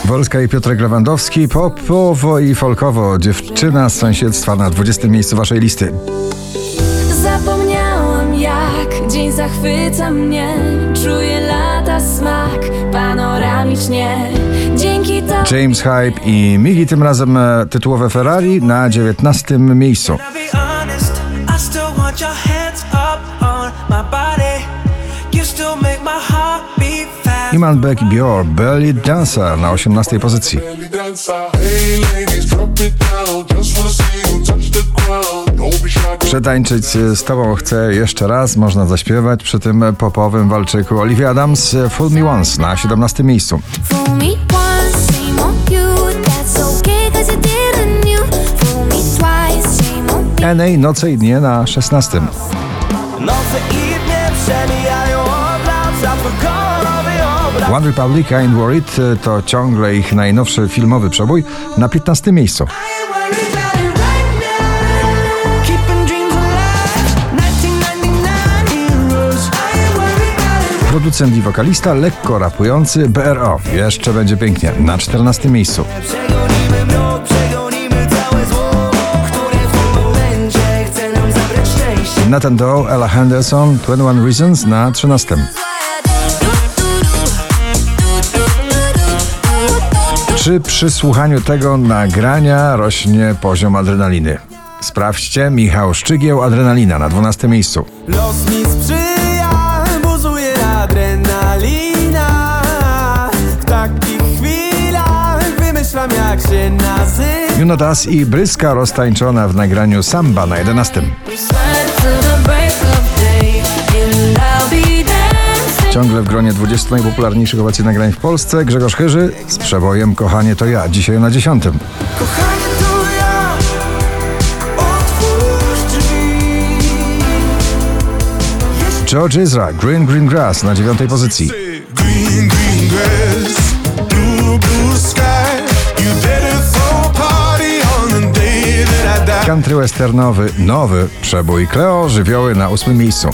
Wolska i Piotrek Lewandowski, popowo i folkowo, dziewczyna z sąsiedztwa na 20. miejscu waszej listy. Zapomniałam, jak dzień zachwyca mnie, czuję lata smak panoramicznie. Dzięki to James Hype i Migi, tym razem tytułowe Ferrari na 19. miejscu. Iman Beck i Björk, Belly Dancer na 18. pozycji. Przetańczyć z tobą chcę jeszcze raz, można zaśpiewać przy tym popowym walczyku. Olivia Adams, Fool Me Once na 17. miejscu. NA, Noce i dnie na 16. Noce i dnie przemijają obraz, a pokojowy obraz. One Republic, Ain't Worried to ciągle ich najnowszy filmowy przebój na 15. miejscu. Producent i wokalista, lekko rapujący BRO. Jeszcze będzie pięknie na 14. miejscu. Przegonimy mrok, przegonimy całe zło, które w tym momencie chce nam zabrać szczęście. Nathan Doe, Ella Henderson, 21 Reasons na 13. Czy przy słuchaniu tego nagrania rośnie poziom adrenaliny? Sprawdźcie, Michał Szczygieł, Adrenalina na 12. miejscu. Los mi sprzyja, buzuje adrenalina. W takich chwilach wymyślam, jak się nazywa. Juno Das i Bryska roztańczona w nagraniu Samba na 11. Ciągle w gronie 20 najpopularniejszych obecnie nagrań w Polsce Grzegorz Chyży z przebojem Kochanie to ja, dzisiaj na 10. Kochanie to ja, otwórz drzwi. George Ezra, Green Green Grass na 9. pozycji. Green, green grass, blue, blue sky. You better throw a party on the day that I die. Country westernowy, nowy przebój Cleo, Żywioły na 8. miejscu.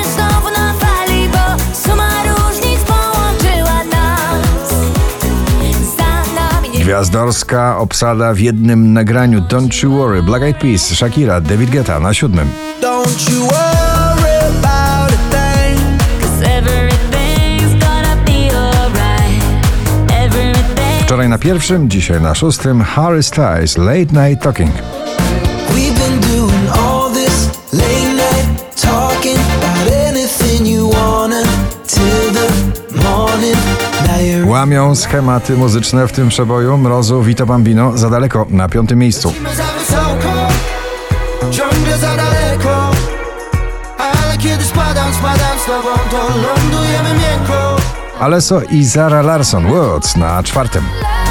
Gwiazdorska obsada w jednym nagraniu Don't You Worry, Black Eyed Peas, Shakira, David Guetta na 7. Don't you worry about a thing, 'cause everything's gonna be alright. Everything. Wczoraj na 1, dzisiaj na 6. Harry Styles, Late Night Talking. We've been doing all this late night talking about anything you wanna till the morning. Now you're Łamią schematy muzyczne w tym przeboju Mrozu, Vito Bambino, Za daleko na 5. miejscu. za wysoko, ciągle za daleko. Ale kiedy spadam z tobą, to lądujemy miękko. Alesso i Zara Larsson, Words na 4.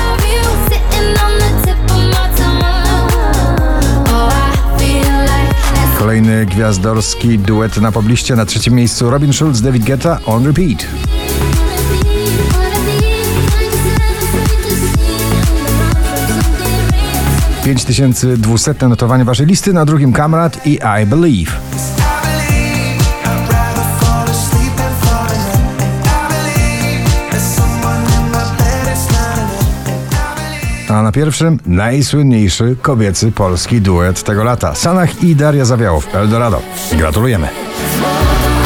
Kolejny gwiazdorski duet na pobliście na 3. miejscu Robin Schulz, David Guetta, On Repeat. 5200 notowanie waszej listy, na 2. Kamrat i I Believe. A na 1 najsłynniejszy kobiecy polski duet tego lata. Sanach i Daria Zawiałow, Eldorado. Gratulujemy.